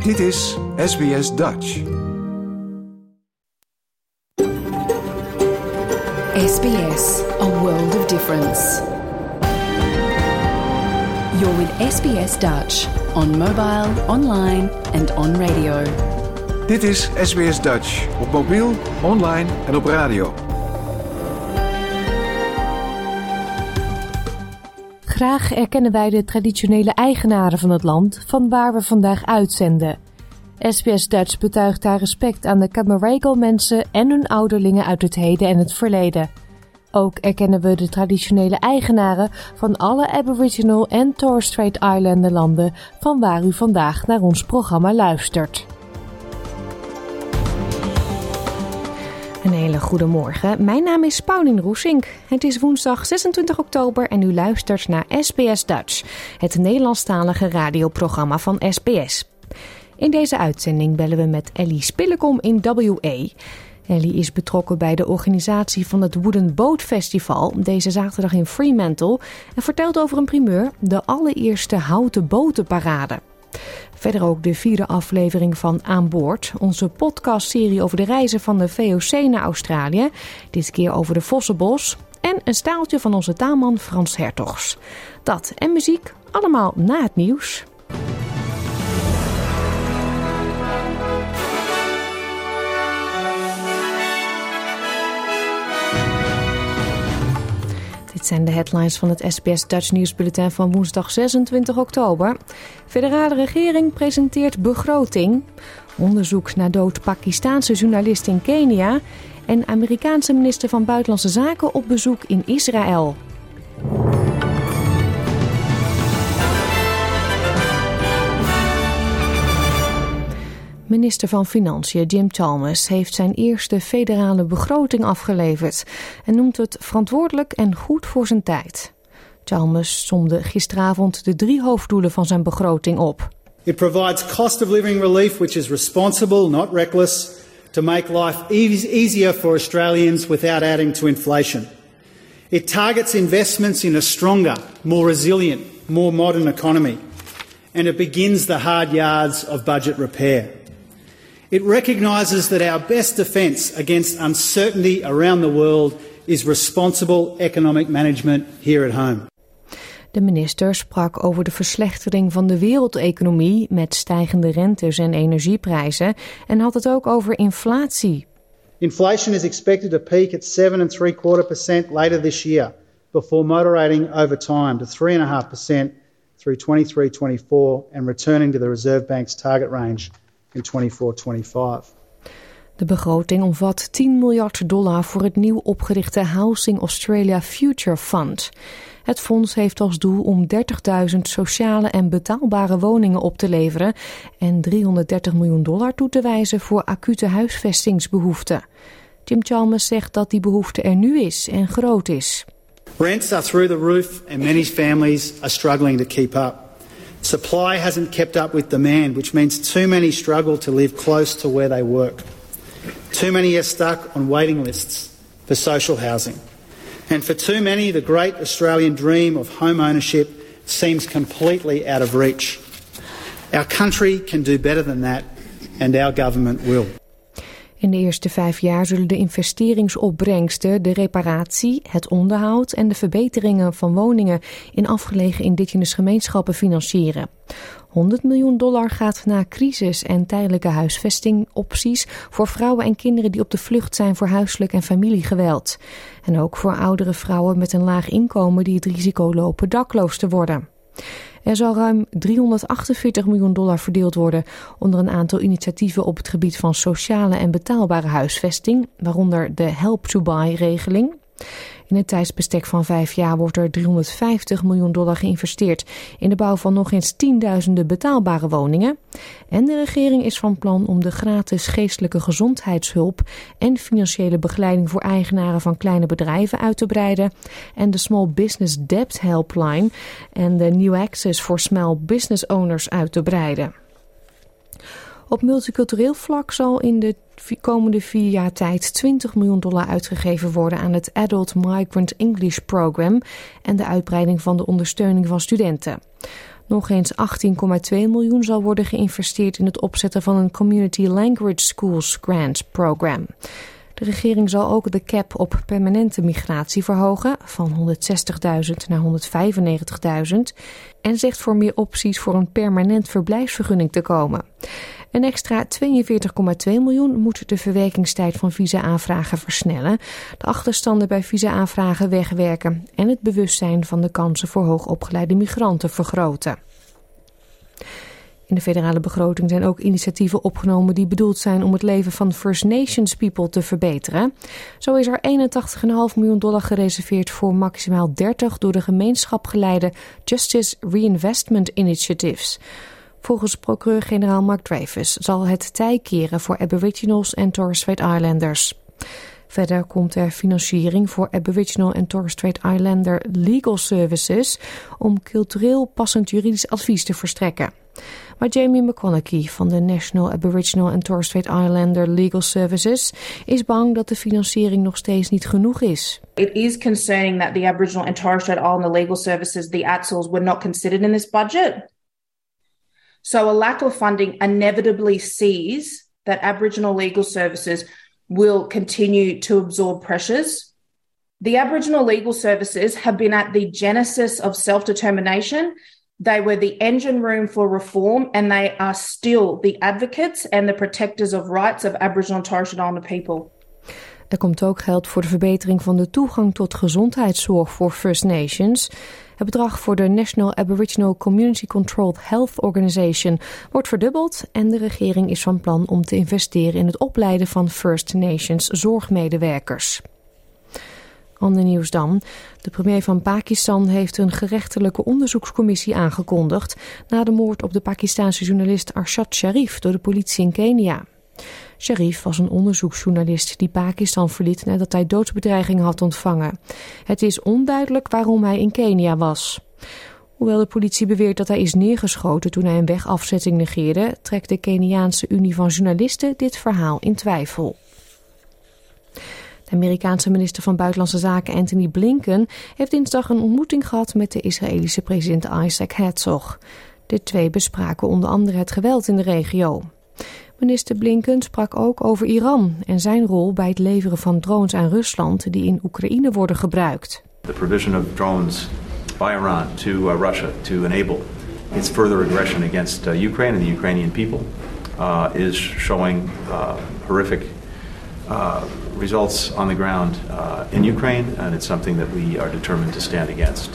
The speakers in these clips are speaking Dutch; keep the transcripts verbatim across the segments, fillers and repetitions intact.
Dit is S B S Dutch. S B S, a world of difference. You're with S B S Dutch on mobile, online and on radio. Dit is S B S Dutch op mobiel, online en op radio. Graag erkennen wij de traditionele eigenaren van het land van waar we vandaag uitzenden. S B S Dutch betuigt haar respect aan de Camaragal-mensen en hun ouderlingen uit het heden en het verleden. Ook erkennen we de traditionele eigenaren van alle Aboriginal en Torres Strait Islander landen van waar u vandaag naar ons programma luistert. Een hele goede morgen. Mijn naam is Paulien Roesink. Het is woensdag zesentwintig oktober en u luistert naar S B S Dutch, het Nederlandstalige radioprogramma van S B S. In deze uitzending bellen we met Ellie Spillekom in W A. Ellie is betrokken bij de organisatie van het Wooden Boat Festival deze zaterdag in Fremantle en vertelt over een primeur, de allereerste houten botenparade. Verder ook de vierde aflevering van Aan Boord, onze podcastserie over de reizen van de V O C naar Australië, dit keer over de Vossenbos, en een staaltje van onze taalman Frans Hertogs. Dat en muziek, allemaal na het nieuws. Dit zijn de headlines van het S B S Dutch nieuwsbulletin van woensdag zesentwintig oktober. Federale regering presenteert begroting. Onderzoek naar dood Pakistaanse journalist in Kenia. En Amerikaanse minister van Buitenlandse Zaken op bezoek in Israël. Minister van Financiën Jim Chalmers heeft zijn eerste federale begroting afgeleverd en noemt het verantwoordelijk en goed voor zijn tijd. Chalmers somde gisteravond de drie hoofddoelen van zijn begroting op. It provides cost of living relief which is responsible, not reckless, to make life easier for Australians without adding to inflation. It targets investments in a stronger, more resilient, more modern economy. And it begins the hard yards of budget repair. It recognises that our best defence against uncertainty around the world is responsible economic management here at home. De minister sprak over de verslechtering van de wereldeconomie met stijgende rentes en energieprijzen en had het ook over inflatie. Inflation is expected to peak at seven and three quarter percent later this year, before moderating over time to three and a half percent through twenty-three twenty-four and returning to the Reserve Bank's target range in twenty-four twenty-five. De begroting omvat tien miljard dollar voor het nieuw opgerichte Housing Australia Future Fund. Het fonds heeft als doel om dertigduizend sociale en betaalbare woningen op te leveren en driehonderddertig miljoen dollar toe te wijzen voor acute huisvestingsbehoeften. Jim Chalmers zegt dat die behoefte er nu is en groot is. Rents are through the roof and many families are struggling to keep up. Supply hasn't kept up with demand, which means too many struggle to live close to where they work. Too many are stuck on waiting lists for social housing. And for too many, the great Australian dream of home ownership seems completely out of reach. Our country can do better than that, and our government will. In de eerste vijf jaar zullen de investeringsopbrengsten de reparatie, het onderhoud en de verbeteringen van woningen in afgelegen indigenous gemeenschappen financieren. honderd miljoen dollar gaat naar crisis- en tijdelijke huisvestingopties voor vrouwen en kinderen die op de vlucht zijn voor huiselijk en familiegeweld. En ook voor oudere vrouwen met een laag inkomen die het risico lopen dakloos te worden. Er zal ruim driehonderdachtenveertig miljoen dollar verdeeld worden onder een aantal initiatieven op het gebied van sociale en betaalbare huisvesting, waaronder de Help to Buy-regeling. In het tijdsbestek van vijf jaar wordt er driehonderdvijftig miljoen dollar geïnvesteerd in de bouw van nog eens tienduizenden betaalbare woningen. En de regering is van plan om de gratis geestelijke gezondheidshulp en financiële begeleiding voor eigenaren van kleine bedrijven uit te breiden en de Small Business Debt Helpline en de New Access for Small Business Owners uit te breiden. Op multicultureel vlak zal in de komende vier jaar tijd twintig miljoen dollar uitgegeven worden aan het Adult Migrant English Program en de uitbreiding van de ondersteuning van studenten. Nog eens achttien komma twee miljoen zal worden geïnvesteerd in het opzetten van een Community Language Schools Grant Program. De regering zal ook de cap op permanente migratie verhogen van honderdzestigduizend naar honderdvijfennegentigduizend en zegt voor meer opties voor een permanent verblijfsvergunning te komen. Een extra tweeënveertig komma twee miljoen moet de verwerkingstijd van visa-aanvragen versnellen, de achterstanden bij visa-aanvragen wegwerken en het bewustzijn van de kansen voor hoogopgeleide migranten vergroten. In de federale begroting zijn ook initiatieven opgenomen die bedoeld zijn om het leven van First Nations people te verbeteren. Zo is er eenentachtig komma vijf miljoen dollar gereserveerd voor maximaal dertig door de gemeenschap geleide Justice Reinvestment Initiatives. Volgens procureur-generaal Mark Dreyfus zal het tij keren voor Aboriginals en Torres Strait Islanders. Verder komt er financiering voor Aboriginal en Torres Strait Islander Legal Services om cultureel passend juridisch advies te verstrekken. Maar Jamie McConaughey van de National Aboriginal and Torres Strait Islander Legal Services is bang dat de financiering nog steeds niet genoeg is. It is concerning that the Aboriginal and Torres Strait Islander Legal Services, the A T S Ls, were not considered in this budget. So a lack of funding inevitably sees that Aboriginal legal services will continue to absorb pressures. The Aboriginal legal services have been at the genesis of self-determination. They were the engine room for reform, and they are still the advocates and the protectors of rights of Aboriginal and Torres Strait Islander people. Er komt ook geld voor de verbetering van de toegang tot gezondheidszorg voor First Nations. Het bedrag voor de National Aboriginal Community Controlled Health Organization wordt verdubbeld en de regering is van plan om te investeren in het opleiden van First Nations zorgmedewerkers. Ander nieuws dan. De premier van Pakistan heeft een gerechtelijke onderzoekscommissie aangekondigd na de moord op de Pakistaanse journalist Arshad Sharif door de politie in Kenia. Sharif was een onderzoeksjournalist die Pakistan verliet nadat hij doodsbedreigingen had ontvangen. Het is onduidelijk waarom hij in Kenia was. Hoewel de politie beweert dat hij is neergeschoten toen hij een wegafzetting negeerde, trekt de Keniaanse Unie van Journalisten dit verhaal in twijfel. De Amerikaanse minister van Buitenlandse Zaken Antony Blinken heeft dinsdag een ontmoeting gehad met de Israëlische president Isaac Herzog. De twee bespraken onder andere het geweld in de regio. Minister Blinken sprak ook over Iran en zijn rol bij het leveren van drones aan Rusland die in Oekraïne worden gebruikt. The provision of drones by Iran to uh, Russia to enable its further aggression against uh, Ukraine and the Ukrainian people uh, is showing uh, horrific uh, results on the ground uh, in Ukraine, and it's something that we are determined to stand against.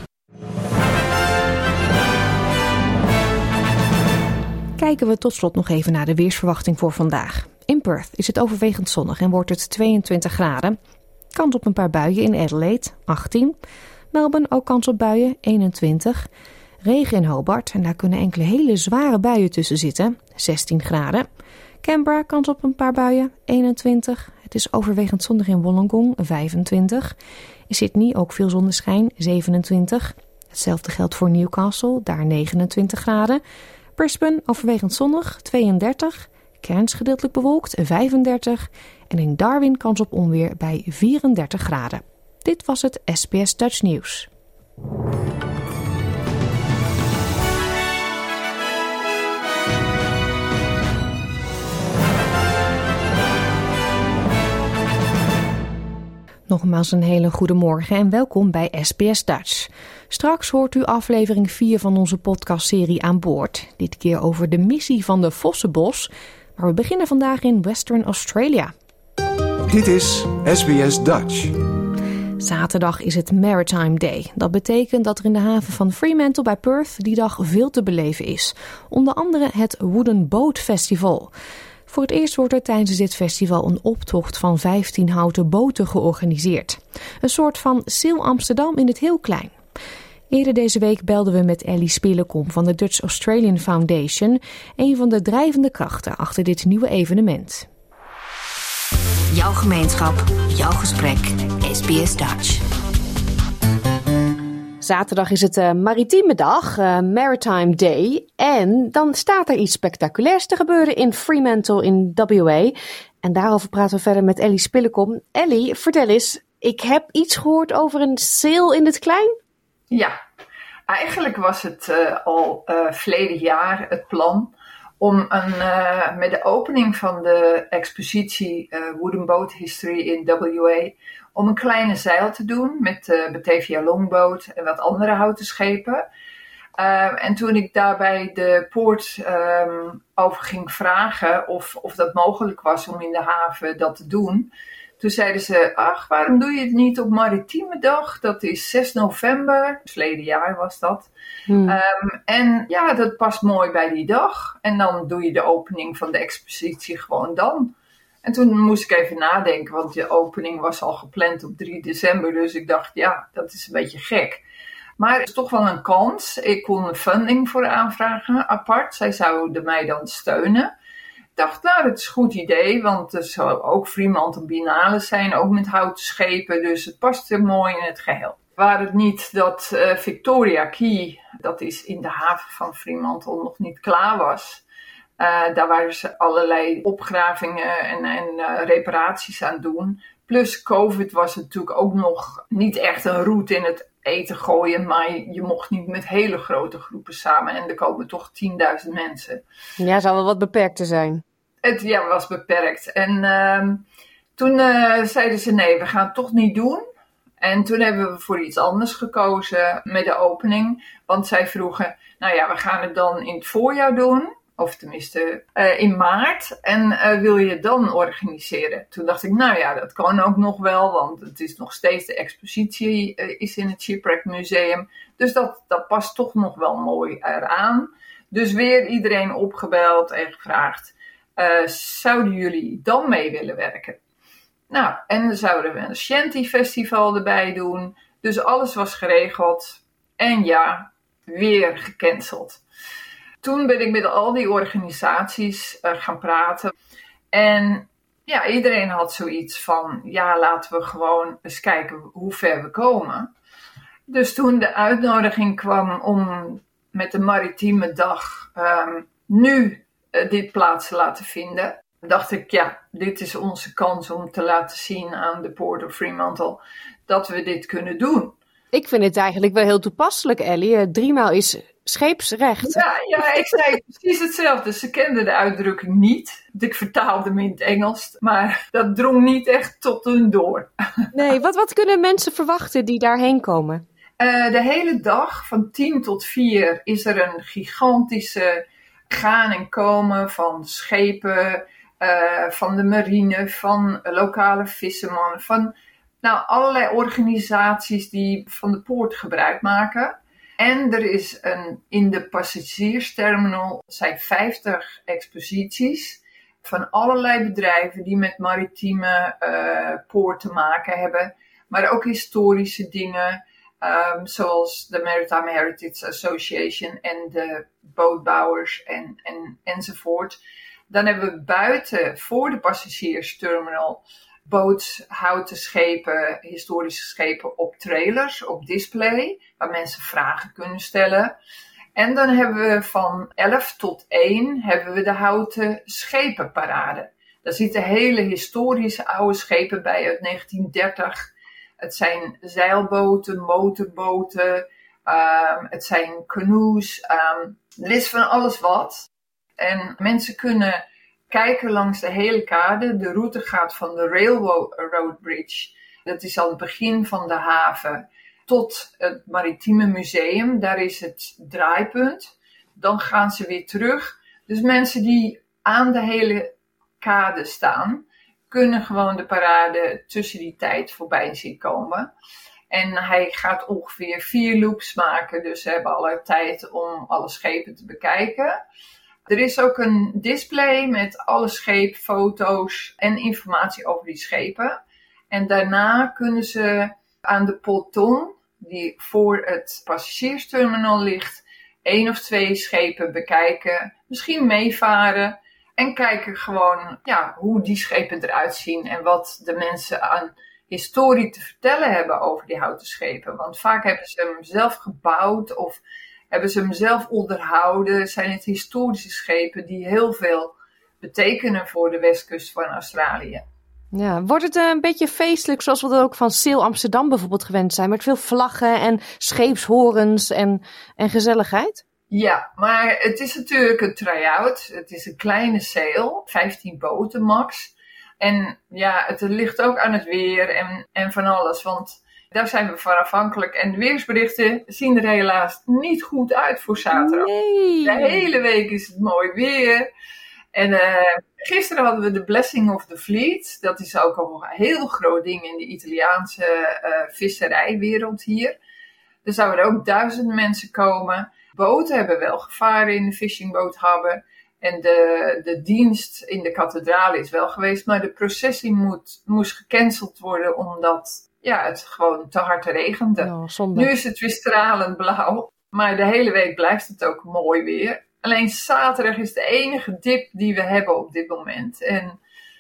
Kijken we tot slot nog even naar de weersverwachting voor vandaag. In Perth is het overwegend zonnig en wordt het tweeëntwintig graden. Kans op een paar buien in Adelaide, achttien. Melbourne ook kans op buien, eenentwintig. Regen in Hobart en daar kunnen enkele hele zware buien tussen zitten, zestien graden. Canberra kans op een paar buien, eenentwintig. Het is overwegend zonnig in Wollongong, vijfentwintig. In Sydney ook veel zonneschijn, zevenentwintig. Hetzelfde geldt voor Newcastle, daar negenentwintig graden. Brisbane overwegend zonnig, tweeëndertig. Cairns gedeeltelijk bewolkt, vijfendertig. En in Darwin kans op onweer bij vierendertig graden. Dit was het S B S Dutch Nieuws. Nogmaals een hele goede morgen en welkom bij S B S Dutch. Straks hoort u aflevering vier van onze podcastserie Aan Boord. Dit keer over de missie van de Vossenbos. Maar we beginnen vandaag in Western Australia. Dit is S B S Dutch. Zaterdag is het Maritime Day. Dat betekent dat er in de haven van Fremantle bij Perth die dag veel te beleven is. Onder andere het Wooden Boat Festival. Voor het eerst wordt er tijdens dit festival een optocht van vijftien houten boten georganiseerd. Een soort van Sail Amsterdam in het heel klein. Eerder deze week belden we met Ellie Spillekom van de Dutch Australian Foundation, een van de drijvende krachten achter dit nieuwe evenement. Jouw gemeenschap, jouw gesprek, S B S Dutch. Zaterdag is het uh, Maritieme Dag, uh, Maritime Day. En dan staat er iets spectaculairs te gebeuren in Fremantle in W A. En daarover praten we verder met Ellie Spillekom. Ellie, vertel eens, ik heb iets gehoord over een sail in het klein? Ja, Eigenlijk was het uh, al uh, verleden jaar het plan om een, uh, met de opening van de expositie uh, Wooden Boat History in W A... om een kleine zeil te doen met de uh, Batavia Longboat en wat andere houten schepen. Uh, en toen ik daarbij de poort um, over ging vragen of, of dat mogelijk was om in de haven dat te doen, toen zeiden ze, ach, waarom doe je het niet op Maritieme Dag? Dat is zes november, verleden jaar was dat. Hmm. Um, en ja, dat past mooi bij die dag. En dan doe je de opening van de expositie gewoon dan. En toen moest ik even nadenken, want de opening was al gepland op drie december. Dus ik dacht, ja, dat is een beetje gek. Maar het is toch wel een kans. Ik kon een funding voor aanvragen, apart. Zij zouden mij dan steunen. Ik dacht, nou, dat is een goed idee, want er zou ook Fremantle Biennale zijn, ook met houten schepen. Dus het past er mooi in het geheel. Waar het niet dat uh, Victoria Quay, dat is in de haven van Fremantle, nog niet klaar was. Uh, daar waren ze allerlei opgravingen en, en uh, reparaties aan doen. Plus COVID was het natuurlijk ook nog niet echt een route in het eten gooien, maar je mocht niet met hele grote groepen samen. En er komen toch tienduizend mensen. Ja, zou wel wat beperkter zijn. Het ja, was beperkt. En uh, toen uh, zeiden ze, nee, we gaan het toch niet doen. En toen hebben we voor iets anders gekozen met de opening. Want zij vroegen, nou ja, we gaan het dan in het voorjaar doen. Of tenminste uh, in maart. En uh, wil je het dan organiseren? Toen dacht ik, nou ja, dat kan ook nog wel. Want het is nog steeds de expositie uh, is in het Shipwreck Museum. Dus dat, dat past toch nog wel mooi eraan. Dus weer iedereen opgebeld en gevraagd. Uh, zouden jullie dan mee willen werken? Nou, en dan zouden we een Shanty Festival erbij doen. Dus alles was geregeld. En ja, weer gecanceld. Toen ben ik met al die organisaties uh, gaan praten. En ja, iedereen had zoiets van, ja, laten we gewoon eens kijken hoe ver we komen. Dus toen de uitnodiging kwam om met de Maritieme Dag um, nu uh, dit plaats te laten vinden, dacht ik, ja, dit is onze kans om te laten zien aan de Port of Fremantle dat we dit kunnen doen. Ik vind het eigenlijk wel heel toepasselijk, Ellie. Driemaal is scheepsrecht. Ja, ja, ik zei precies hetzelfde. Ze kenden de uitdrukking niet. Ik vertaalde hem in het Engels, maar dat drong niet echt tot hun door. Nee, wat, wat kunnen mensen verwachten die daarheen komen? Uh, de hele dag van tien tot vier is er een gigantische gaan en komen van schepen, uh, van de marine, van lokale vissermannen, van nou, allerlei organisaties die van de poort gebruik maken. En er is een, in de passagiersterminal zijn vijftig exposities van allerlei bedrijven die met maritieme uh, poort te maken hebben. Maar ook historische dingen, um, zoals de Maritime Heritage Association en de bootbouwers en, en, enzovoort. Dan hebben we buiten voor de passagiersterminal boothouten schepen, historische schepen op trailers, op display, waar mensen vragen kunnen stellen. En dan hebben we van elf tot één hebben we de houten schepenparade. Daar zitten hele historische oude schepen bij uit negentien dertig. Het zijn zeilboten, motorboten, um, het zijn canoes, um, er is van alles wat. En mensen kunnen kijken langs de hele kade. De route gaat van de Railroad Bridge, dat is aan het begin van de haven, tot het Maritieme Museum. Daar is het draaipunt. Dan gaan ze weer terug. Dus mensen die aan de hele kade staan, kunnen gewoon de parade tussen die tijd voorbij zien komen. En hij gaat ongeveer vier loops maken, dus ze hebben alle tijd om alle schepen te bekijken. Er is ook een display met alle scheepfoto's en informatie over die schepen. En daarna kunnen ze aan de ponton, die voor het passagiersterminal ligt, één of twee schepen bekijken, misschien meevaren en kijken gewoon ja, hoe die schepen eruit zien en wat de mensen aan historie te vertellen hebben over die houten schepen. Want vaak hebben ze hem zelf gebouwd of hebben ze hem zelf onderhouden. Zijn het historische schepen die heel veel betekenen voor de westkust van Australië. Ja, wordt het een beetje feestelijk zoals we dat ook van Sail Amsterdam bijvoorbeeld gewend zijn, met veel vlaggen en scheepshorens en, en gezelligheid? Ja, maar het is natuurlijk een try-out. Het is een kleine sail, vijftien boten max. En ja, het ligt ook aan het weer en, en van alles, want daar zijn we van afhankelijk. En de weersberichten zien er helaas niet goed uit voor zaterdag. Nee. De hele week is het mooi weer. En uh, gisteren hadden we de Blessing of the Fleet. Dat is ook al een heel groot ding in de Italiaanse uh, visserijwereld hier. Er zouden ook duizend mensen komen. Boten hebben wel gevaren in de fishingboot hebben. En de, de dienst in de kathedraal is wel geweest. Maar de processie moet, moest gecanceld worden omdat ja, het gewoon te hard regende. Oh, nu is het weer stralend blauw. Maar de hele week blijft het ook mooi weer. Alleen zaterdag is de enige dip die we hebben op dit moment. En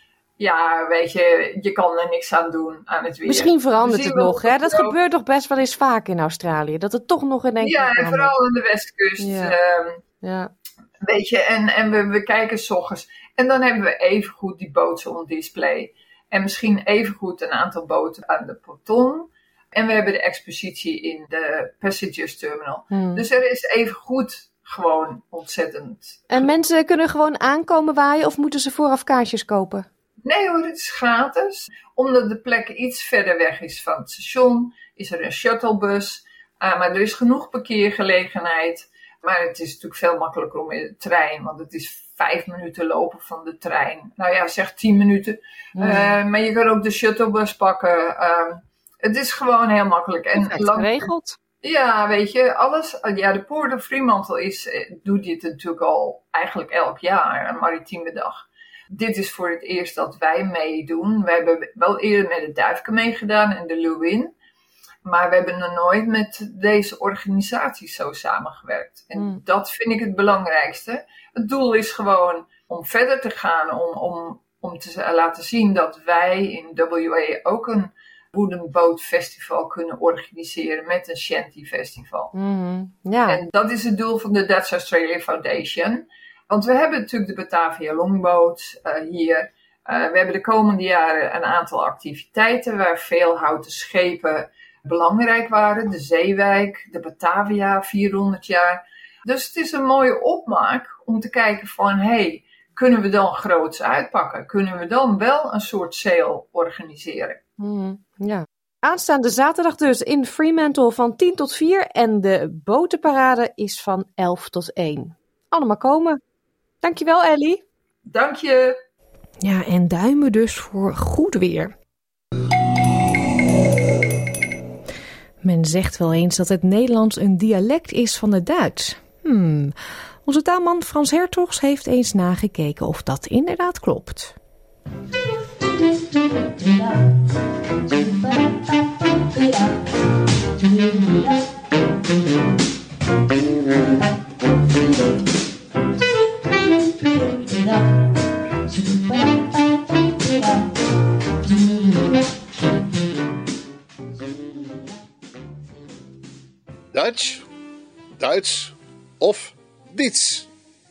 ja, weet je, je kan er niks aan doen aan het weer. Misschien verandert het nog, hè? Dat gebeurt toch best wel eens vaak in Australië. Dat het toch nog in één keer Ja, en verandert. vooral aan de westkust. Ja. Um, ja. Weet je, en, en we, we kijken 's ochtends. En dan hebben we evengoed die boot on display. En misschien evengoed een aantal boten aan de ponton. En we hebben de expositie in de Passengers Terminal. Hmm. Dus er is evengoed gewoon ontzettend. En mensen kunnen gewoon aankomen waaien of moeten ze vooraf kaartjes kopen? Nee hoor, het is gratis. Omdat de plek iets verder weg is van het station, is er een shuttlebus. Uh, maar er is genoeg parkeergelegenheid. Maar het is natuurlijk veel makkelijker om in de trein, want het is vijf minuten lopen van de trein. Nou ja, zeg tien minuten. Mm. Uh, maar je kan ook de shuttlebus pakken. Uh, het is gewoon heel makkelijk. En Perfect lang... geregeld. Ja, weet je, alles. Ja, de Port of Fremantle is, doet dit natuurlijk al eigenlijk elk jaar, een maritieme dag. Dit is voor het eerst dat wij meedoen. We hebben wel eerder met de Duifke meegedaan en de Lewin. Maar we hebben nog nooit met deze organisaties zo samengewerkt. En Mm. dat vind ik het belangrijkste. Het doel is gewoon om verder te gaan. Om, om, om te laten zien dat wij in W A ook een Wooden Boat Festival kunnen organiseren met een Shanty Festival. Mm. Ja. En dat is het doel van de Dutch Australia Foundation. Want we hebben natuurlijk de Batavia Longboat uh, hier. Uh, we hebben de komende jaren een aantal activiteiten waar veel houten schepen belangrijk waren. De Zeewijk, de Batavia, vierhonderd jaar. Dus het is een mooie opmaak om te kijken van, hey, kunnen we dan groots uitpakken? Kunnen we dan wel een soort sale organiseren? Mm. Ja. Aanstaande zaterdag dus in Fremantle van tien tot vier en de botenparade is van elf tot één. Allemaal komen. Dankjewel, Ellie. Dank je. Ja, en duimen dus voor goed weer. Men zegt wel eens dat het Nederlands een dialect is van het Duits. Hmm. Onze taalman Frans Hertogs heeft eens nagekeken of dat inderdaad klopt. Dutch, Duits of Diets.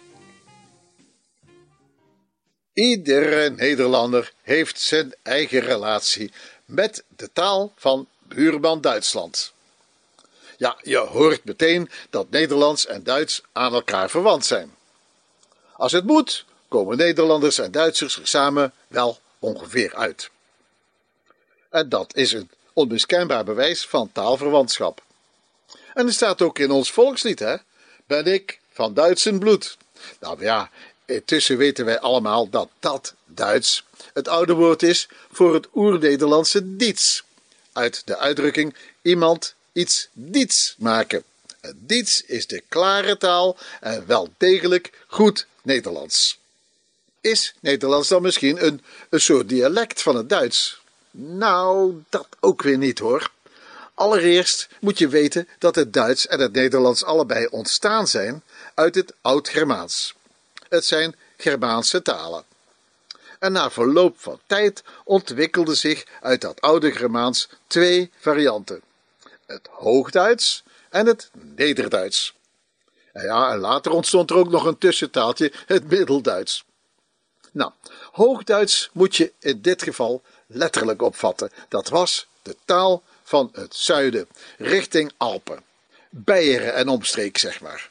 Iedere Nederlander heeft zijn eigen relatie met de taal van buurman Duitsland. Ja, je hoort meteen dat Nederlands en Duits aan elkaar verwant zijn. Als het moet, komen Nederlanders en Duitsers er samen wel ongeveer uit. En dat is een onmiskenbaar bewijs van taalverwantschap. En er staat ook in ons volkslied, hè? Ben ik van Duitsen bloed. Nou ja, intussen weten wij allemaal dat dat Duits het oude woord is voor het oer-Nederlandse diets. Uit de uitdrukking iemand iets diets maken. Het diets is de klare taal en wel degelijk goed Nederlands. Is Nederlands dan misschien een, een soort dialect van het Duits? Nou, dat ook weer niet hoor. Allereerst moet je weten dat het Duits en het Nederlands allebei ontstaan zijn uit het Oud-Germaans. Het zijn Germaanse talen. En na verloop van tijd ontwikkelden zich uit dat oude Germaans twee varianten. Het Hoogduits en het Nederduits. En ja, en later ontstond er ook nog een tussentaaltje, het Middelduits. Nou, Hoogduits moet je in dit geval letterlijk opvatten. Dat was de taal van het zuiden, richting Alpen. Beieren en omstreek, zeg maar.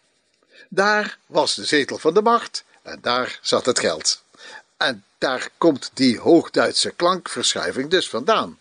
Daar was de zetel van de macht en daar zat het geld. En daar komt die Hoogduitse klankverschuiving dus vandaan.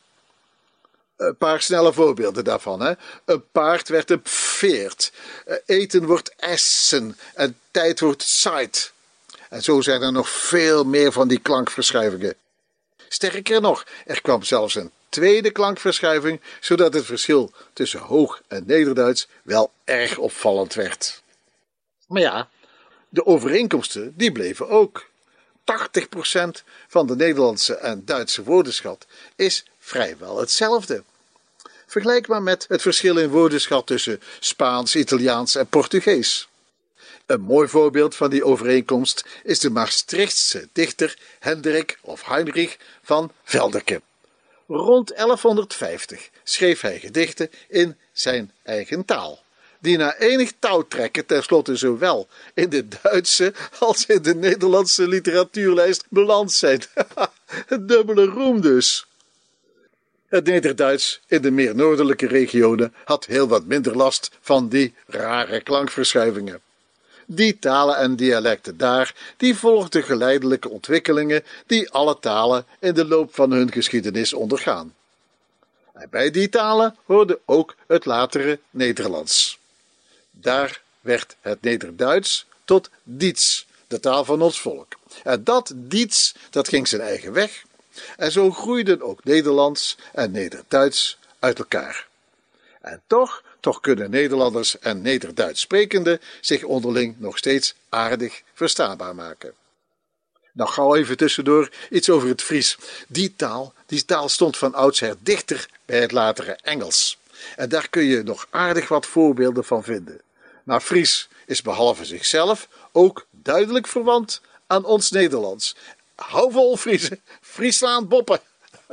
Een paar snelle voorbeelden daarvan. Hè? Een paard werd een pferd. Eten wordt essen. En tijd wordt Zeit. En zo zijn er nog veel meer van die klankverschuivingen. Sterker nog, er kwam zelfs een tweede klankverschuiving, zodat het verschil tussen Hoog- en Nederduits wel erg opvallend werd. Maar ja, de overeenkomsten die bleven ook. tachtig procent van de Nederlandse en Duitse woordenschat is vrijwel hetzelfde. Vergelijk maar met het verschil in woordenschat tussen Spaans, Italiaans en Portugees. Een mooi voorbeeld van die overeenkomst is de Maastrichtse dichter Hendrik of Heinrich van Veldeke. Rond elfhonderdvijftig schreef hij gedichten in zijn eigen taal, die na enig touwtrekken tenslotte zowel in de Duitse als in de Nederlandse literatuurlijst beland zijn. Dubbele roem dus. Het Nederduits in de meer noordelijke regionen had heel wat minder last van die rare klankverschuivingen. Die talen en dialecten daar, die volgden geleidelijke ontwikkelingen die alle talen in de loop van hun geschiedenis ondergaan. En bij die talen hoorde ook het latere Nederlands. Daar werd het Nederduits tot Diets, de taal van ons volk. En dat Diets, dat ging zijn eigen weg. En zo groeiden ook Nederlands en Nederduits uit elkaar. En toch, toch kunnen Nederlanders en Nederduits sprekenden zich onderling nog steeds aardig verstaanbaar maken. Nou, gauw even tussendoor iets over het Fries. Die taal, die taal stond van oudsher dichter bij het latere Engels. En daar kun je nog aardig wat voorbeelden van vinden. Maar Fries is behalve zichzelf ook duidelijk verwant aan ons Nederlands. Hou vol, Friese, Friesland boppen.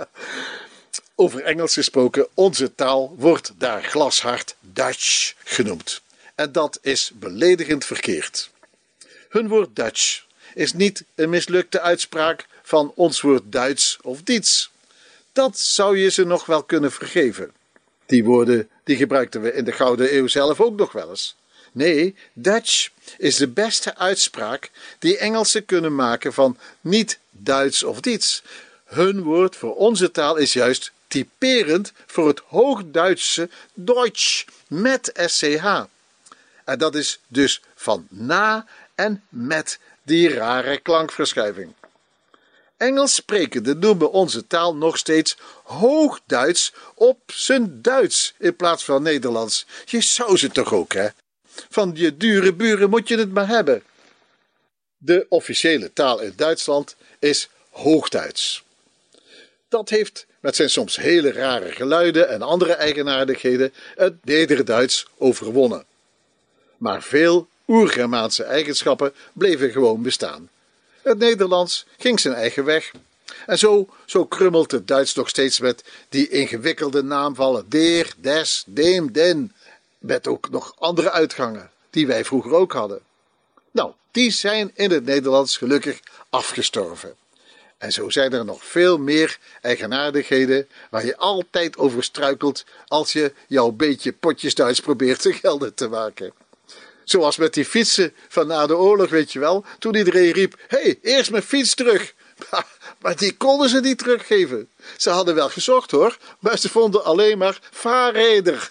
Over Engels gesproken, onze taal wordt daar glashard Dutch genoemd. En dat is beledigend verkeerd. Hun woord Dutch is niet een mislukte uitspraak van ons woord Duits of Diets. Dat zou je ze nog wel kunnen vergeven. Die woorden die gebruikten we in de Gouden Eeuw zelf ook nog wel eens. Nee, Dutch is de beste uitspraak die Engelsen kunnen maken van niet Duits of Diets. Hun woord voor onze taal is juist typerend voor het Hoogduitse Deutsch met S C H. En dat is dus van na en met die rare klankverschuiving. Engels sprekenden noemen onze taal nog steeds Hoogduits op zijn Duits in plaats van Nederlands. Je zou ze toch ook, hè? Van je dure buren moet je het maar hebben. De officiële taal in Duitsland is Hoogduits. Dat heeft met zijn soms hele rare geluiden en andere eigenaardigheden het Nederduits overwonnen. Maar veel oer-Germaanse eigenschappen bleven gewoon bestaan. Het Nederlands ging zijn eigen weg. En zo, zo krummelt het Duits nog steeds met die ingewikkelde naamvallen der, des, dem, den, met ook nog andere uitgangen die wij vroeger ook hadden. Nou, die zijn in het Nederlands gelukkig afgestorven. En zo zijn er nog veel meer eigenaardigheden waar je altijd over struikelt als je jouw beetje potjes Duits probeert te gelden te maken. Zoals met die fietsen van na de oorlog, weet je wel, toen iedereen riep, hé, hey, eerst mijn fiets terug. Maar die konden ze niet teruggeven. Ze hadden wel gezocht hoor, maar ze vonden alleen maar fahrräder.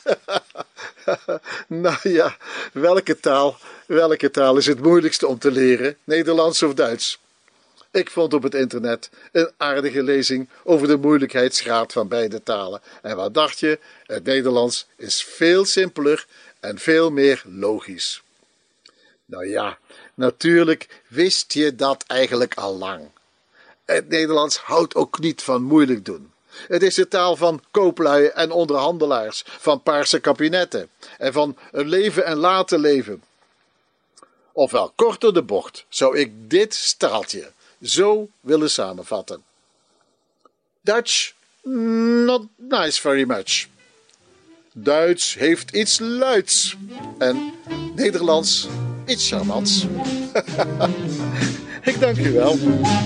Nou ja, welke taal, welke taal is het moeilijkste om te leren, Nederlands of Duits? Ik vond op het internet een aardige lezing over de moeilijkheidsgraad van beide talen. En wat dacht je? Het Nederlands is veel simpeler en veel meer logisch. Nou ja, natuurlijk wist je dat eigenlijk al lang. Het Nederlands houdt ook niet van moeilijk doen. Het is de taal van kooplui en onderhandelaars, van paarse kabinetten en van een leven en laten leven. Ofwel kort door de bocht zou ik dit staaltje zo willen samenvatten. Dutch, not nice very much. Duits heeft iets luids. En Nederlands iets charmants. Ik dank u wel.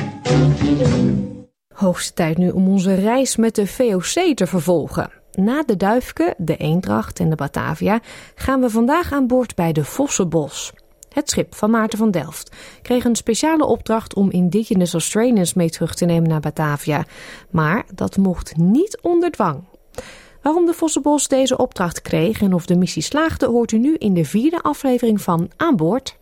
Hoogste tijd nu om onze reis met de V O C te vervolgen. Na de Duifke, de Eendracht en de Batavia gaan we vandaag aan boord bij de Vossenbos. Het schip van Maarten van Delft kreeg een speciale opdracht om Indigenous Australians mee terug te nemen naar Batavia. Maar dat mocht niet onder dwang. Waarom de Vossenbos deze opdracht kreeg en of de missie slaagde, hoort u nu in de vierde aflevering van Aan Boord.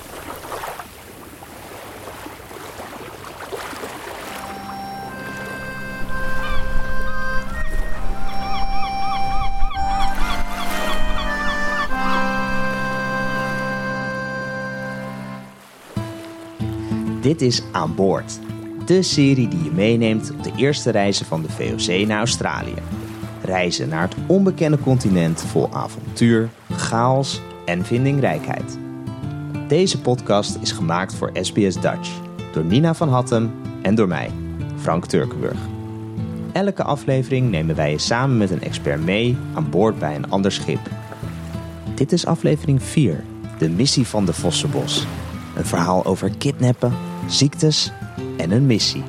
Dit is Aan Boord, de serie die je meeneemt op de eerste reizen van de V O C naar Australië. Reizen naar het onbekende continent vol avontuur, chaos en vindingrijkheid. Deze podcast is gemaakt voor S B S Dutch door Nina van Hattem en door mij, Frank Turkenburg. Elke aflevering nemen wij je samen met een expert mee aan boord bij een ander schip. Dit is aflevering vier, de missie van de Vossenbos. Een verhaal over kidnappen, ziektes en een missie.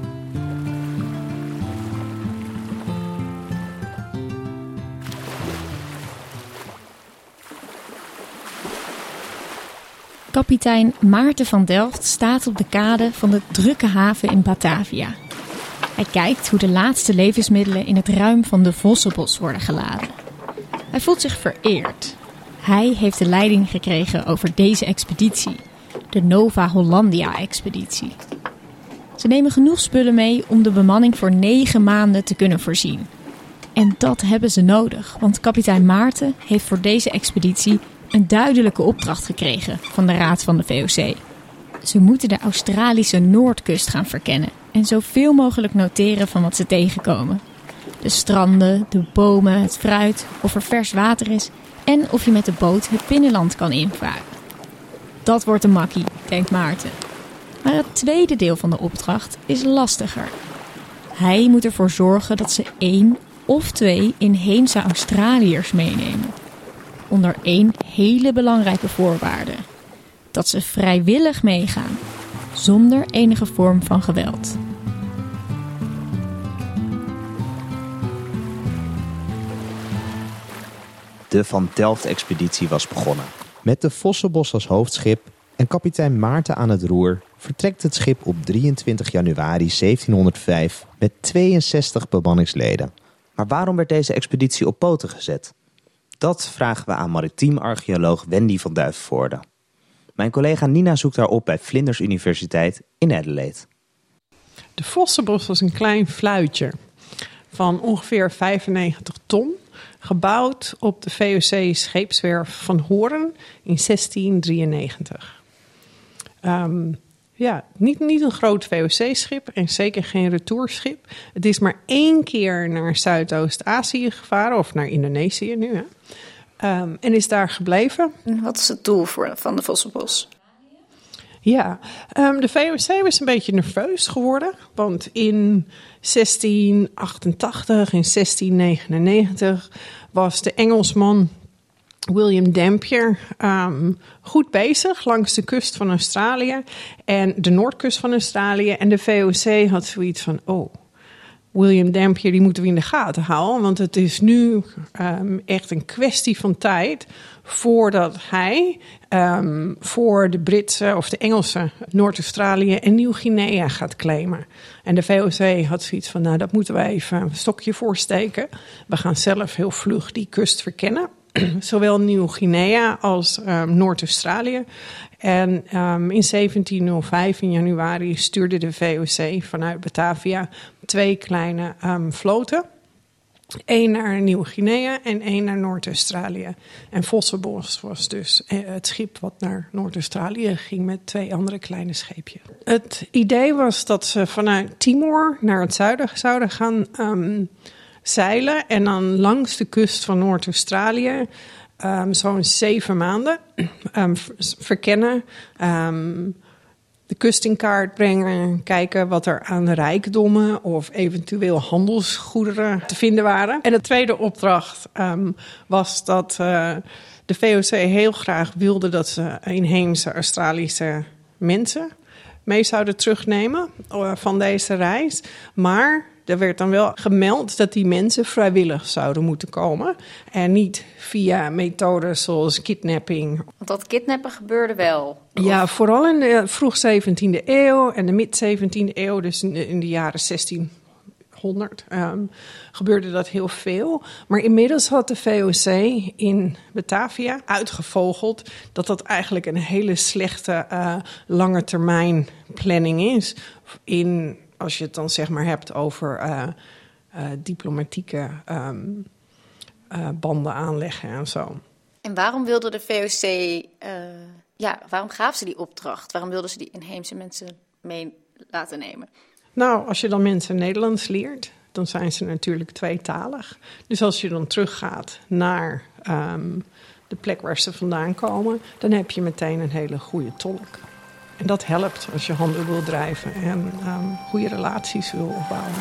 Kapitein Maarten van Delft staat op de kade van de drukke haven in Batavia. Hij kijkt hoe de laatste levensmiddelen in het ruim van de Vossenbos worden geladen. Hij voelt zich vereerd. Hij heeft de leiding gekregen over deze expeditie, de Nova Hollandia-expeditie. Ze nemen genoeg spullen mee om de bemanning voor negen maanden te kunnen voorzien. En dat hebben ze nodig, want kapitein Maarten heeft voor deze expeditie een duidelijke opdracht gekregen van de Raad van de V O C. Ze moeten de Australische Noordkust gaan verkennen en zoveel mogelijk noteren van wat ze tegenkomen. De stranden, de bomen, het fruit, of er vers water is en of je met de boot het binnenland kan invaren. Dat wordt een makkie, denkt Maarten. Maar het tweede deel van de opdracht is lastiger. Hij moet ervoor zorgen dat ze één of twee inheemse Australiërs meenemen. Onder één hele belangrijke voorwaarde: dat ze vrijwillig meegaan, zonder enige vorm van geweld. De Van Delft-expeditie was begonnen. Met de Vossenbos als hoofdschip en kapitein Maarten aan het roer vertrekt het schip op drieëntwintig januari zeventienhonderdvijf met tweeënzestig bemanningsleden. Maar waarom werd deze expeditie op poten gezet? Dat vragen we aan maritiem archeoloog Wendy van Duivenvoorde. Mijn collega Nina zoekt haar op bij Flinders Universiteit in Adelaide. De Vossenbos was een klein fluitje van ongeveer vijfennegentig ton, gebouwd op de V O C-scheepswerf van Hoorn in zestien drieënnegentig. Um, ja, niet, niet een groot V O C-schip en zeker geen retourschip. Het is maar één keer naar Zuidoost-Azië gevaren, of naar Indonesië nu, hè. Um, en is daar gebleven. En wat is het doel voor, van de Vossenbos? Ja, um, de V O C was een beetje nerveus geworden. Want in zestien achtentachtig en zestien negenennegentig was de Engelsman William Dampier um, goed bezig langs de kust van Australië en de noordkust van Australië. En de V O C had zoiets van, oh, William Dampier, die moeten we in de gaten houden. Want het is nu um, echt een kwestie van tijd voordat hij um, voor de Britse of de Engelse Noord-Australië en Nieuw-Guinea gaat claimen. En de V O C had zoiets van, nou, dat moeten we even een stokje voorsteken. We gaan zelf heel vlug die kust verkennen. Zowel Nieuw-Guinea als um, Noord-Australië. En um, in zeventienhonderdvijf, in januari, stuurde de V O C vanuit Batavia twee kleine um, vloten. Eén naar Nieuw-Guinea en één naar Noord-Australië. En Vossenbos was dus het schip wat naar Noord-Australië ging met twee andere kleine scheepjes. Het idee was dat ze vanuit Timor naar het zuiden zouden gaan um, zeilen en dan langs de kust van Noord-Australië um, zo'n zeven maanden um, verkennen, um, de kust in kaart brengen, kijken wat er aan rijkdommen of eventueel handelsgoederen te vinden waren. En de tweede opdracht um, was dat uh, de V O C heel graag wilde dat ze inheemse Australische mensen mee zouden terugnemen uh, van deze reis. Maar er werd dan wel gemeld dat die mensen vrijwillig zouden moeten komen. En niet via methodes zoals kidnapping. Want dat kidnappen gebeurde wel? Ja, vooral in de vroeg zeventiende eeuw en de mid-zeventiende eeuw, dus in de, in de jaren zestienhonderd, um, gebeurde dat heel veel. Maar inmiddels had de V O C in Batavia uitgevogeld dat dat eigenlijk een hele slechte uh, lange termijn planning is. In, als je het dan zeg maar hebt over uh, uh, diplomatieke um, uh, banden aanleggen en zo. En waarom wilde de V O C, uh, ja, waarom gaven ze die opdracht? Waarom wilden ze die inheemse mensen mee laten nemen? Nou, als je dan mensen Nederlands leert, dan zijn ze natuurlijk tweetalig. Dus als je dan teruggaat naar um, de plek waar ze vandaan komen, dan heb je meteen een hele goede tolk. En dat helpt als je handel wil drijven en um, goede relaties wil opbouwen.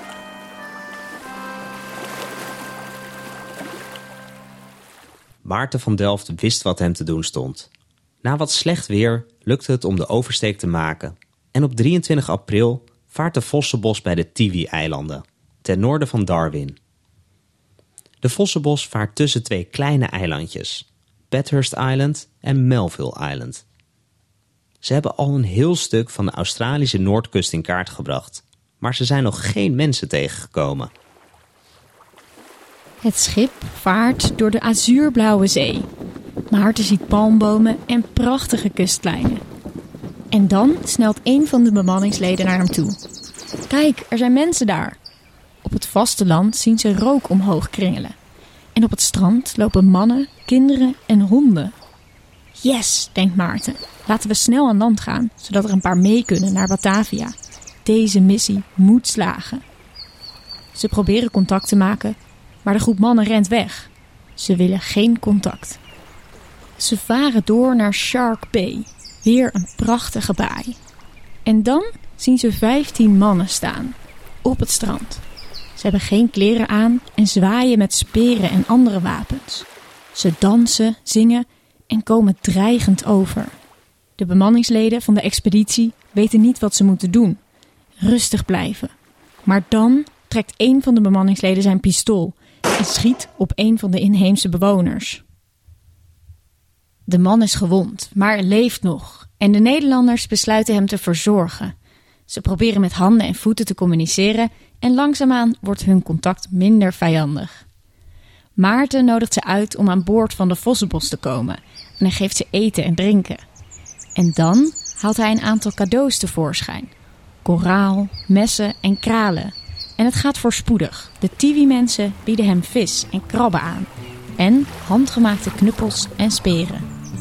Maarten van Delft wist wat hem te doen stond. Na wat slecht weer lukte het om de oversteek te maken. En op drieëntwintig april vaart de Vossenbos bij de Tiwi-eilanden, ten noorden van Darwin. De Vossenbos vaart tussen twee kleine eilandjes, Bathurst Island en Melville Island. Ze hebben al een heel stuk van de Australische noordkust in kaart gebracht, maar ze zijn nog geen mensen tegengekomen. Het schip vaart door de azuurblauwe zee. Maarten ziet palmbomen en prachtige kustlijnen. En dan snelt een van de bemanningsleden naar hem toe. Kijk, er zijn mensen daar. Op het vasteland zien ze rook omhoog kringelen. En op het strand lopen mannen, kinderen en honden. Yes, denkt Maarten. Laten we snel aan land gaan, zodat er een paar mee kunnen naar Batavia. Deze missie moet slagen. Ze proberen contact te maken, maar de groep mannen rent weg. Ze willen geen contact. Ze varen door naar Shark Bay, weer een prachtige baai. En dan zien ze vijftien mannen staan, op het strand. Ze hebben geen kleren aan en zwaaien met speren en andere wapens. Ze dansen, zingen en komen dreigend over. De bemanningsleden van de expeditie weten niet wat ze moeten doen. Rustig blijven. Maar dan trekt een van de bemanningsleden zijn pistool en schiet op een van de inheemse bewoners. De man is gewond, maar leeft nog. En de Nederlanders besluiten hem te verzorgen. Ze proberen met handen en voeten te communiceren en langzaamaan wordt hun contact minder vijandig. Maarten nodigt ze uit om aan boord van de Vossenbos te komen en hij geeft ze eten en drinken. En dan haalt hij een aantal cadeaus tevoorschijn. Koraal, messen en kralen. En het gaat voorspoedig. De Tiwi-mensen bieden hem vis en krabben aan. En handgemaakte knuppels en speren.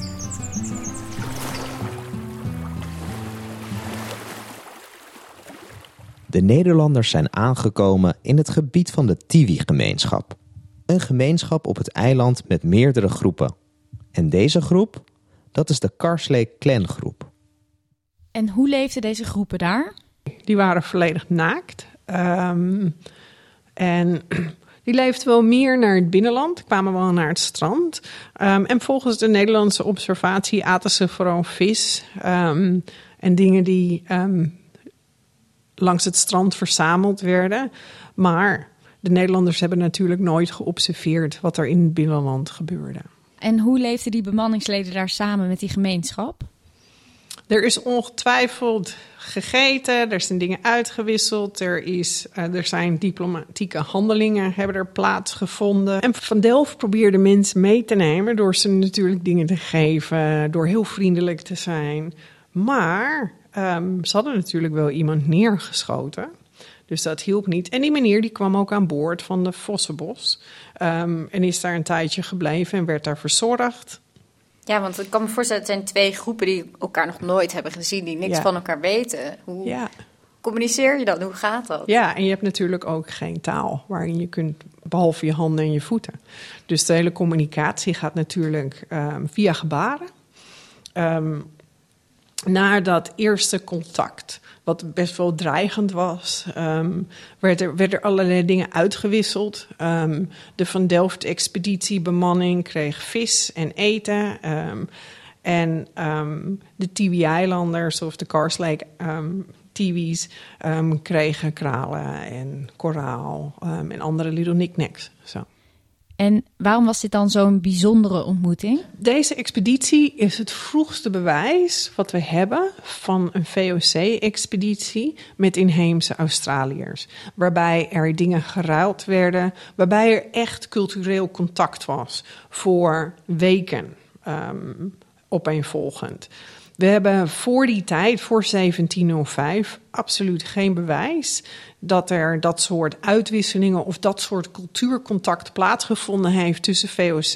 De Nederlanders zijn aangekomen in het gebied van de Tiwi-gemeenschap. Een gemeenschap op het eiland met meerdere groepen. En deze groep, dat is de Carsley Clan groep. En hoe leefden deze groepen daar? Die waren volledig naakt. Um, en die leefden wel meer naar het binnenland, kwamen wel naar het strand. Um, en volgens de Nederlandse observatie aten ze vooral vis um, en dingen die um, langs het strand verzameld werden. Maar de Nederlanders hebben natuurlijk nooit geobserveerd wat er in het binnenland gebeurde. En hoe leefden die bemanningsleden daar samen met die gemeenschap? Er is ongetwijfeld gegeten, er zijn dingen uitgewisseld, er, is, uh, er zijn diplomatieke handelingen hebben er plaatsgevonden. En Van Delft probeerde mensen mee te nemen door ze natuurlijk dingen te geven, door heel vriendelijk te zijn. Maar um, ze hadden natuurlijk wel iemand neergeschoten, dus dat hielp niet. En die meneer die kwam ook aan boord van de Vossenbos um, en is daar een tijdje gebleven en werd daar verzorgd. Ja, want ik kan me voorstellen, het zijn twee groepen die elkaar nog nooit hebben gezien, die niks ja. van elkaar weten. Hoe ja. communiceer je dan? Hoe gaat dat? Ja, en je hebt natuurlijk ook geen taal waarin je kunt, behalve je handen en je voeten. Dus de hele communicatie gaat natuurlijk um, via gebaren. Um, na dat eerste contact, wat best wel dreigend was, um, werd, er, werd er allerlei dingen uitgewisseld. Um, de Van Delft-expeditiebemanning kreeg vis en eten. Um, en um, de Tiwi-eilanders of de Karslake um, Tiwis um, kregen kralen en koraal um, en andere little knickknacks. Zo. En waarom was dit dan zo'n bijzondere ontmoeting? Deze expeditie is het vroegste bewijs wat we hebben van een V O C-expeditie met inheemse Australiërs. Waarbij er dingen geruild werden, waarbij er echt cultureel contact was voor weken um, opeenvolgend. We hebben voor die tijd, voor zeventien oh vijf, absoluut geen bewijs dat er dat soort uitwisselingen of dat soort cultuurcontact plaatsgevonden heeft tussen V O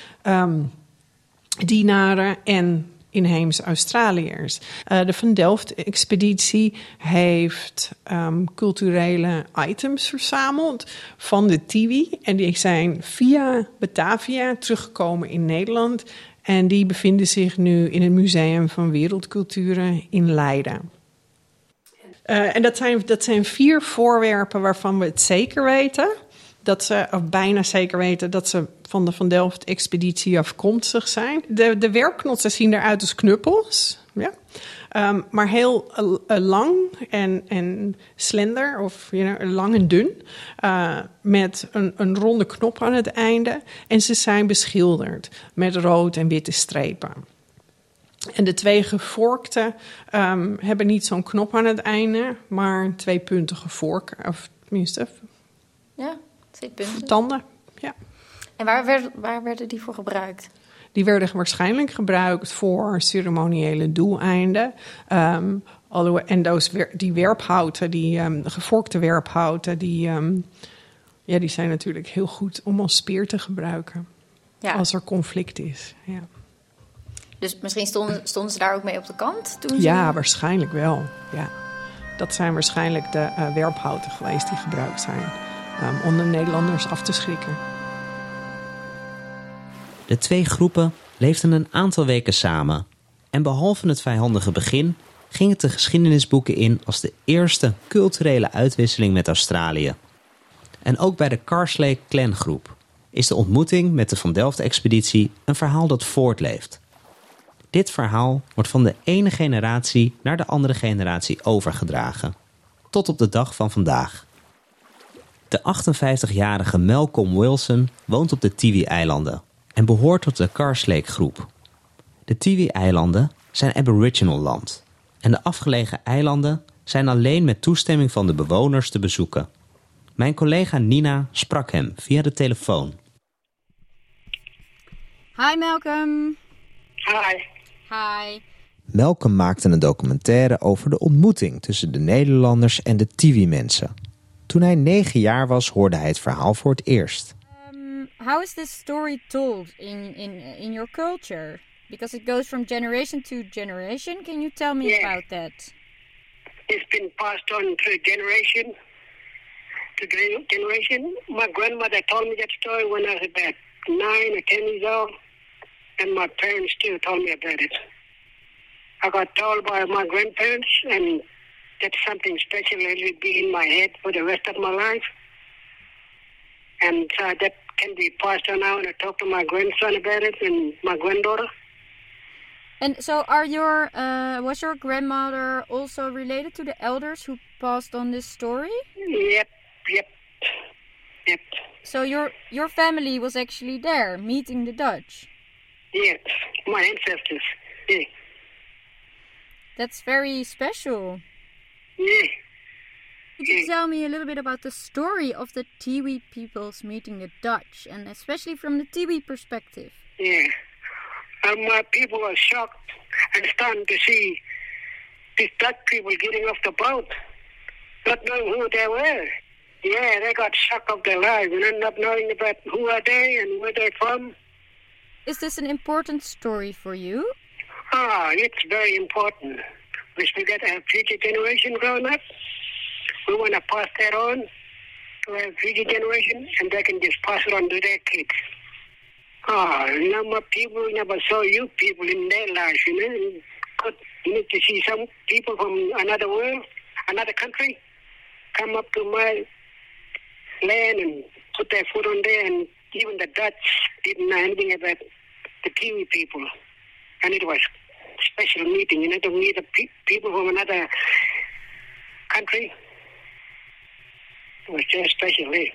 C-dienaren um, en inheemse Australiërs. Uh, de Van Delft-expeditie heeft um, culturele items verzameld van de Tiwi en die zijn via Batavia teruggekomen in Nederland. En die bevinden zich nu in het Museum van Wereldculturen in Leiden. Uh, en dat zijn, dat zijn vier voorwerpen waarvan we het zeker weten. Dat ze, of bijna zeker weten, dat ze van de Van Delft-expeditie afkomstig zijn. De, de werpknotsen zien eruit als knuppels. Ja. Um, maar heel uh, lang en, en slender, of you know, lang en dun. Uh, met een, een ronde knop aan het einde. En ze zijn beschilderd met rood en witte strepen. En de twee gevorkte um, hebben niet zo'n knop aan het einde, maar een tweepuntige vork. Of tenminste, ja, twee punten. Tanden, ja. En waar, werd, waar werden die voor gebruikt? Die werden waarschijnlijk gebruikt voor ceremoniële doeleinden. Um, en those, die werphouten, die um, gevorkte werphouten, die, um, ja, die zijn natuurlijk heel goed om als speer te gebruiken. Ja. Als er conflict is, ja. Dus misschien stonden, stonden ze daar ook mee op de kant? Toen ja, ze... waarschijnlijk wel. Ja. Dat zijn waarschijnlijk de uh, werphouten geweest die gebruikt zijn um, om de Nederlanders af te schrikken. De twee groepen leefden een aantal weken samen. En behalve het vijandige begin ging het de geschiedenisboeken in als de eerste culturele uitwisseling met Australië. En ook bij de Karslake Clangroep is de ontmoeting met de Van Delft-expeditie een verhaal dat voortleeft. Dit verhaal wordt van de ene generatie naar de andere generatie overgedragen. Tot op de dag van vandaag. De achtenvijftigjarige Malcolm Wilson woont op de Tiwi-eilanden en behoort tot de Karslake groep. De Tiwi-eilanden zijn aboriginal land en de afgelegen eilanden zijn alleen met toestemming van de bewoners te bezoeken. Mijn collega Nina sprak hem via de telefoon. Hi Malcolm. Hi. Hi. Malcolm maakte een documentaire over de ontmoeting tussen de Nederlanders en de Tiwi-mensen. Toen hij negen jaar was, hoorde hij het verhaal voor het eerst. Um, how is this story told in, in, in your culture? Because it goes from generation to generation. Can you tell me yeah. about that? It's been passed on through generation to generation. My grandmother told me that story when I was about nine or ten years old. And my parents still told me about it. I got told by my grandparents, and that's something special that will be in my head for the rest of my life. And uh, that can be passed on now, and I talk to my grandson about it and my granddaughter. And so, are your uh, was your grandmother also related to the elders who passed on this story? Yep, yep, yep. So your your family was actually there meeting the Dutch. Yes, my ancestors. Yeah. That's very special. Yeah. Could you tell me a little bit about the story of the Tiwi peoples meeting the Dutch, and especially from the Tiwi perspective? Yeah. And my people were shocked and stunned to see these Dutch people getting off the boat, not knowing who they were. Yeah, they got shocked of their lives, and end up knowing about who are they and where they're from. Is this an important story for you? Ah, it's very important. Because we got a future generation growing up. We want to pass that on to our future generation, and they can just pass it on to their kids. Ah, you know, my people never saw you people in their lives, you know. Good You need to see some people from another world, another country, come up to my land and put their foot on there, and even the Dutch didn't know anything about the Kiwi people. And it was a special meeting, you know, to meet the pe- people from another country. It was just special, eh?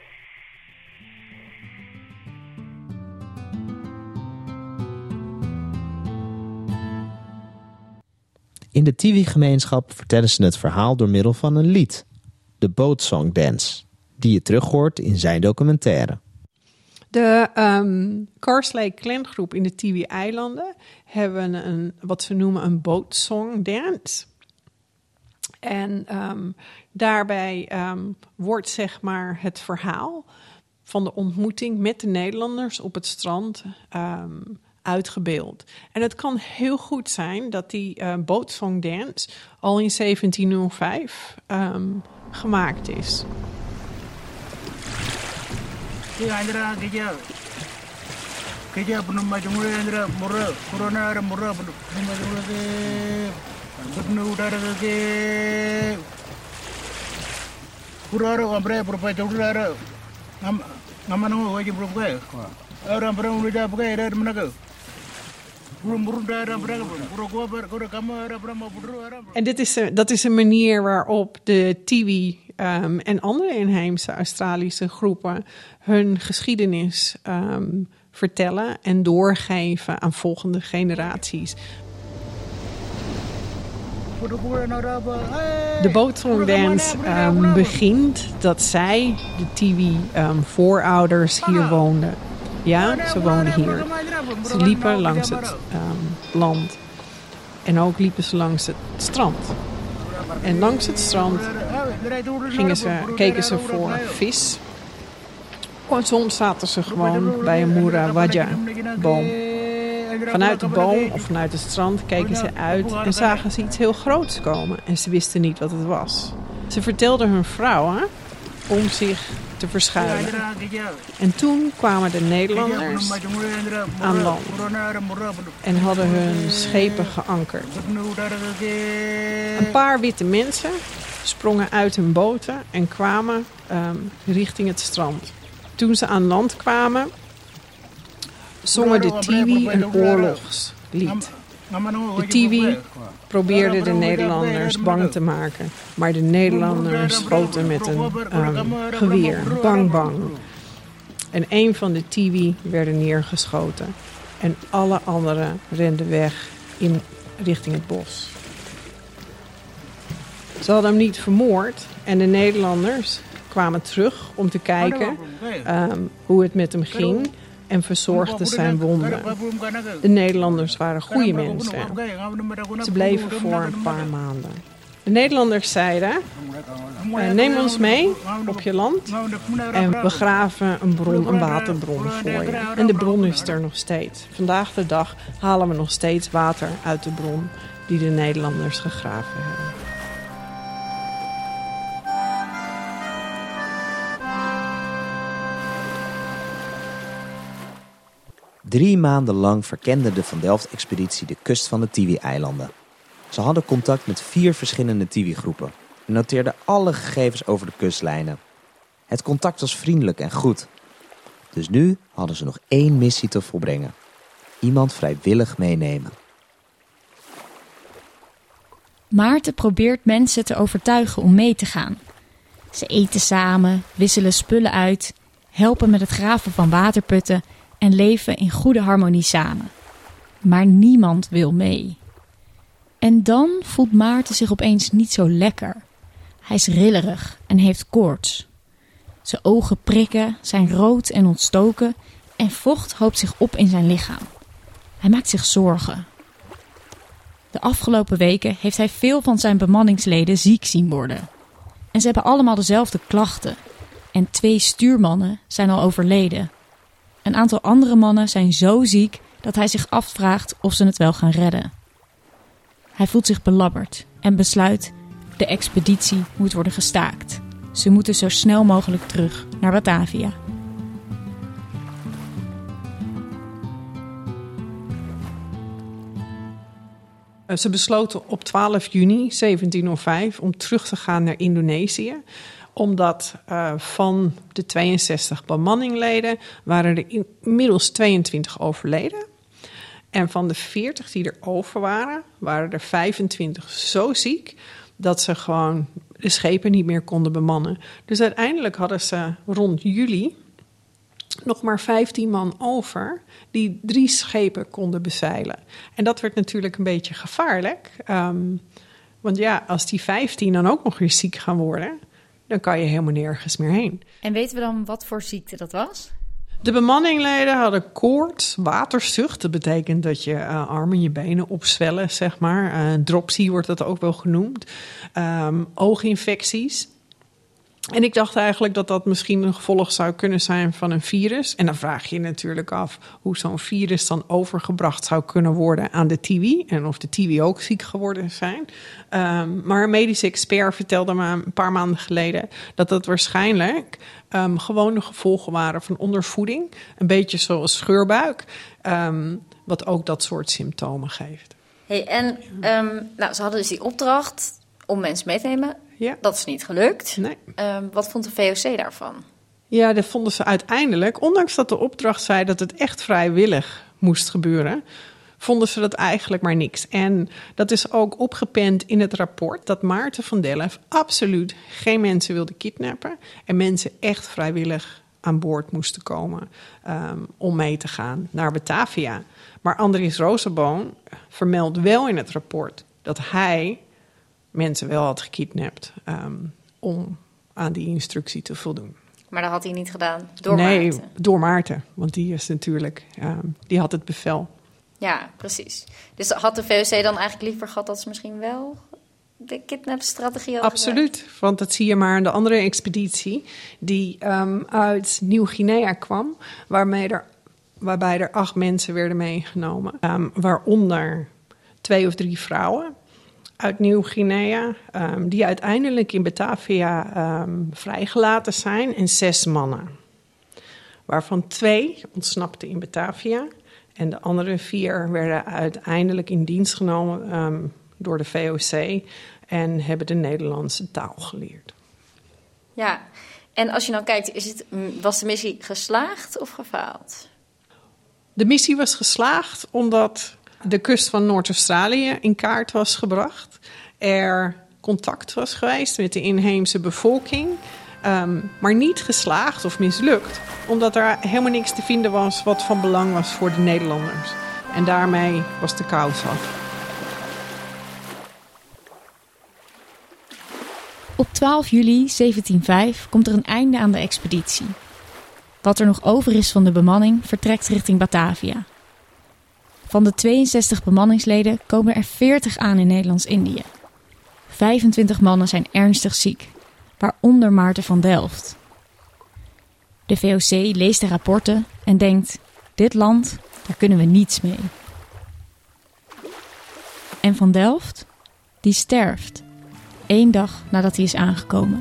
In de Tiwi-gemeenschap vertellen ze het verhaal door middel van een lied. De Boat Song Dance, die je terug hoort in zijn documentaire. De um, Carsley Clangroep in de Tiwi-eilanden hebben een, wat ze noemen een Boat Song Dance. En um, daarbij um, wordt zeg maar het verhaal van de ontmoeting met de Nederlanders op het strand um, uitgebeeld. En het kan heel goed zijn dat die uh, Boat Song Dance al in zeventienhonderdvijf um, gemaakt is. En dit is, dat is een manier waarop de Tiwi um, en andere inheemse Australische groepen hun geschiedenis um, vertellen en doorgeven aan volgende generaties. De Boat Song Dance um, begint dat zij, de Tiwi um, voorouders, hier woonden. Ja, ze woonden hier. Ze liepen langs het um, land. En ook liepen ze langs het strand. En langs het strand gingen ze, keken ze voor vis. En soms zaten ze gewoon bij een Mura Wadja boom. Vanuit de boom of vanuit het strand keken ze uit en zagen ze iets heel groots komen. En ze wisten niet wat het was. Ze vertelden hun vrouwen om zich te verschuilen. En toen kwamen de Nederlanders aan land en hadden hun schepen geankerd. Een paar witte mensen sprongen uit hun boten en kwamen um, richting het strand. Toen ze aan land kwamen, zongen de Tiwi een oorlogslied. De Tiwi probeerden de Nederlanders bang te maken. Maar de Nederlanders schoten met een um, geweer. Bang, bang. En een van de Tiwi werden neergeschoten. En alle anderen renden weg in richting het bos. Ze hadden hem niet vermoord. En de Nederlanders kwamen terug om te kijken um, hoe het met hem ging. En verzorgden zijn wonden. De Nederlanders waren goede mensen. Ze bleven voor een paar maanden. De Nederlanders zeiden: neem ons mee op je land en we graven een bron, een waterbron voor je. En de bron is er nog steeds. Vandaag de dag halen we nog steeds water uit de bron die de Nederlanders gegraven hebben. Drie maanden lang verkende de Van Delft-expeditie de kust van de Tiwi-eilanden. Ze hadden contact met vier verschillende Tiwi-groepen en noteerden alle gegevens over de kustlijnen. Het contact was vriendelijk en goed. Dus nu hadden ze nog één missie te volbrengen. Iemand vrijwillig meenemen. Maarten probeert mensen te overtuigen om mee te gaan. Ze eten samen, wisselen spullen uit, helpen met het graven van waterputten en leven in goede harmonie samen. Maar niemand wil mee. En dan voelt Maarten zich opeens niet zo lekker. Hij is rillerig en heeft koorts. Zijn ogen prikken, zijn rood en ontstoken en vocht hoopt zich op in zijn lichaam. Hij maakt zich zorgen. De afgelopen weken heeft hij veel van zijn bemanningsleden ziek zien worden. En ze hebben allemaal dezelfde klachten. En twee stuurmannen zijn al overleden. Een aantal andere mannen zijn zo ziek dat hij zich afvraagt of ze het wel gaan redden. Hij voelt zich belabberd en besluit: de expeditie moet worden gestaakt. Ze moeten zo snel mogelijk terug naar Batavia. Uh, ze besloten op twaalf juni zeventienhonderdvijf om terug te gaan naar Indonesië. Omdat uh, van de tweeënzestig bemanningleden waren er inmiddels tweeëntwintig overleden. En van de veertig die er over waren, waren er vijfentwintig zo ziek dat ze gewoon de schepen niet meer konden bemannen. Dus uiteindelijk hadden ze rond juli nog maar vijftien man over die drie schepen konden bezeilen. En dat werd natuurlijk een beetje gevaarlijk. Um, want ja, als die vijftien dan ook nog weer ziek gaan worden, dan kan je helemaal nergens meer heen. En weten we dan wat voor ziekte dat was? De bemanningleden hadden koorts, waterzucht. Dat betekent dat je uh, armen en je benen opzwellen, zeg maar. Uh, dropsy wordt dat ook wel genoemd. Um, ooginfecties. En ik dacht eigenlijk dat dat misschien een gevolg zou kunnen zijn van een virus. En dan vraag je je natuurlijk af hoe zo'n virus dan overgebracht zou kunnen worden aan de tiwi. En of de tiwi ook ziek geworden zijn. Um, maar een medische expert vertelde me een paar maanden geleden dat dat waarschijnlijk um, gewoon de gevolgen waren van ondervoeding. Een beetje zoals scheurbuik. Um, wat ook dat soort symptomen geeft. Hey, en um, nou, ze hadden dus die opdracht om mensen mee te nemen. Ja. Dat is niet gelukt. Nee. Um, wat vond de V O C daarvan? Ja, dat vonden ze uiteindelijk, ondanks dat de opdracht zei dat het echt vrijwillig moest gebeuren, vonden ze dat eigenlijk maar niks. En dat is ook opgepend in het rapport dat Maarten van Delft absoluut geen mensen wilde kidnappen en mensen echt vrijwillig aan boord moesten komen um, om mee te gaan naar Batavia. Maar Andries Rosenboom vermeldt wel in het rapport dat hij mensen wel had gekidnapt um, om aan die instructie te voldoen. Maar dat had hij niet gedaan door nee, Maarten? Nee, door Maarten. Want die is natuurlijk, um, die had het bevel. Ja, precies. Dus had de V O C dan eigenlijk liever gehad dat ze misschien wel de kidnapstrategie hadden Absoluut, gebruikt? Want dat zie je maar aan de andere expeditie die um, uit Nieuw-Guinea kwam, waarmee er, waarbij er acht mensen werden meegenomen. Um, waaronder twee of drie vrouwen uit Nieuw-Guinea, um, die uiteindelijk in Batavia um, vrijgelaten zijn, en zes mannen. Waarvan twee ontsnapten in Batavia en de andere vier werden uiteindelijk in dienst genomen um, door de V O C en hebben de Nederlandse taal geleerd. Ja, en als je nou kijkt, is het, was de missie geslaagd of gefaald? De missie was geslaagd omdat de kust van Noord-Australië in kaart was gebracht. Er contact was geweest met de inheemse bevolking. Um, maar niet geslaagd of mislukt. Omdat er helemaal niks te vinden was wat van belang was voor de Nederlanders. En daarmee was de kous af. Op twaalf juli zeventienhonderdvijf komt er een einde aan de expeditie. Wat er nog over is van de bemanning vertrekt richting Batavia. Van de tweeënzestig bemanningsleden komen er veertig aan in Nederlands-Indië. vijfentwintig mannen zijn ernstig ziek, waaronder Maarten van Delft. De V O C leest de rapporten en denkt: dit land, daar kunnen we niets mee. En Van Delft, die sterft, één dag nadat hij is aangekomen.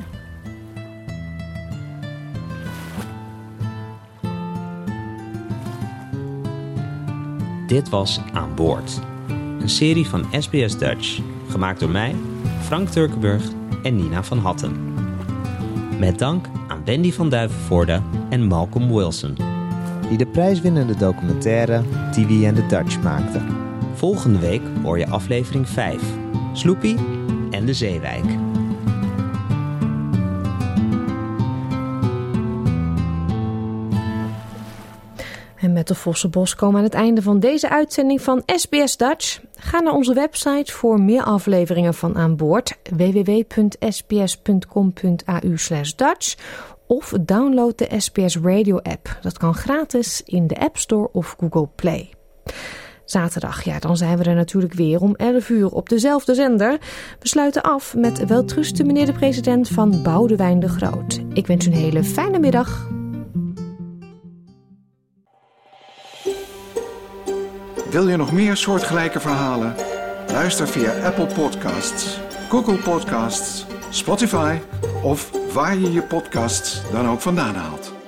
Dit was Aan Boord. Een serie van S B S Dutch, gemaakt door mij, Frank Turkenburg en Nina van Hatten. Met dank aan Wendy van Duivenvoorde en Malcolm Wilson, die de prijswinnende documentaire Tiwi and the Dutch maakten. Volgende week hoor je aflevering vijf, Sloepie en de Zeewijk. En met de Vossenbos komen we aan het einde van deze uitzending van S B S Dutch. Ga naar onze website voor meer afleveringen van Aan Boord, w w w punt s b s punt com punt a u slash Dutch, of download de S B S Radio app. Dat kan gratis in de App Store of Google Play. Zaterdag, ja, dan zijn we er natuurlijk weer om elf uur op dezelfde zender. We sluiten af met welterusten meneer de president van Boudewijn de Groot. Ik wens u een hele fijne middag. Wil je nog meer soortgelijke verhalen? Luister via Apple Podcasts, Google Podcasts, Spotify of waar je je podcasts dan ook vandaan haalt.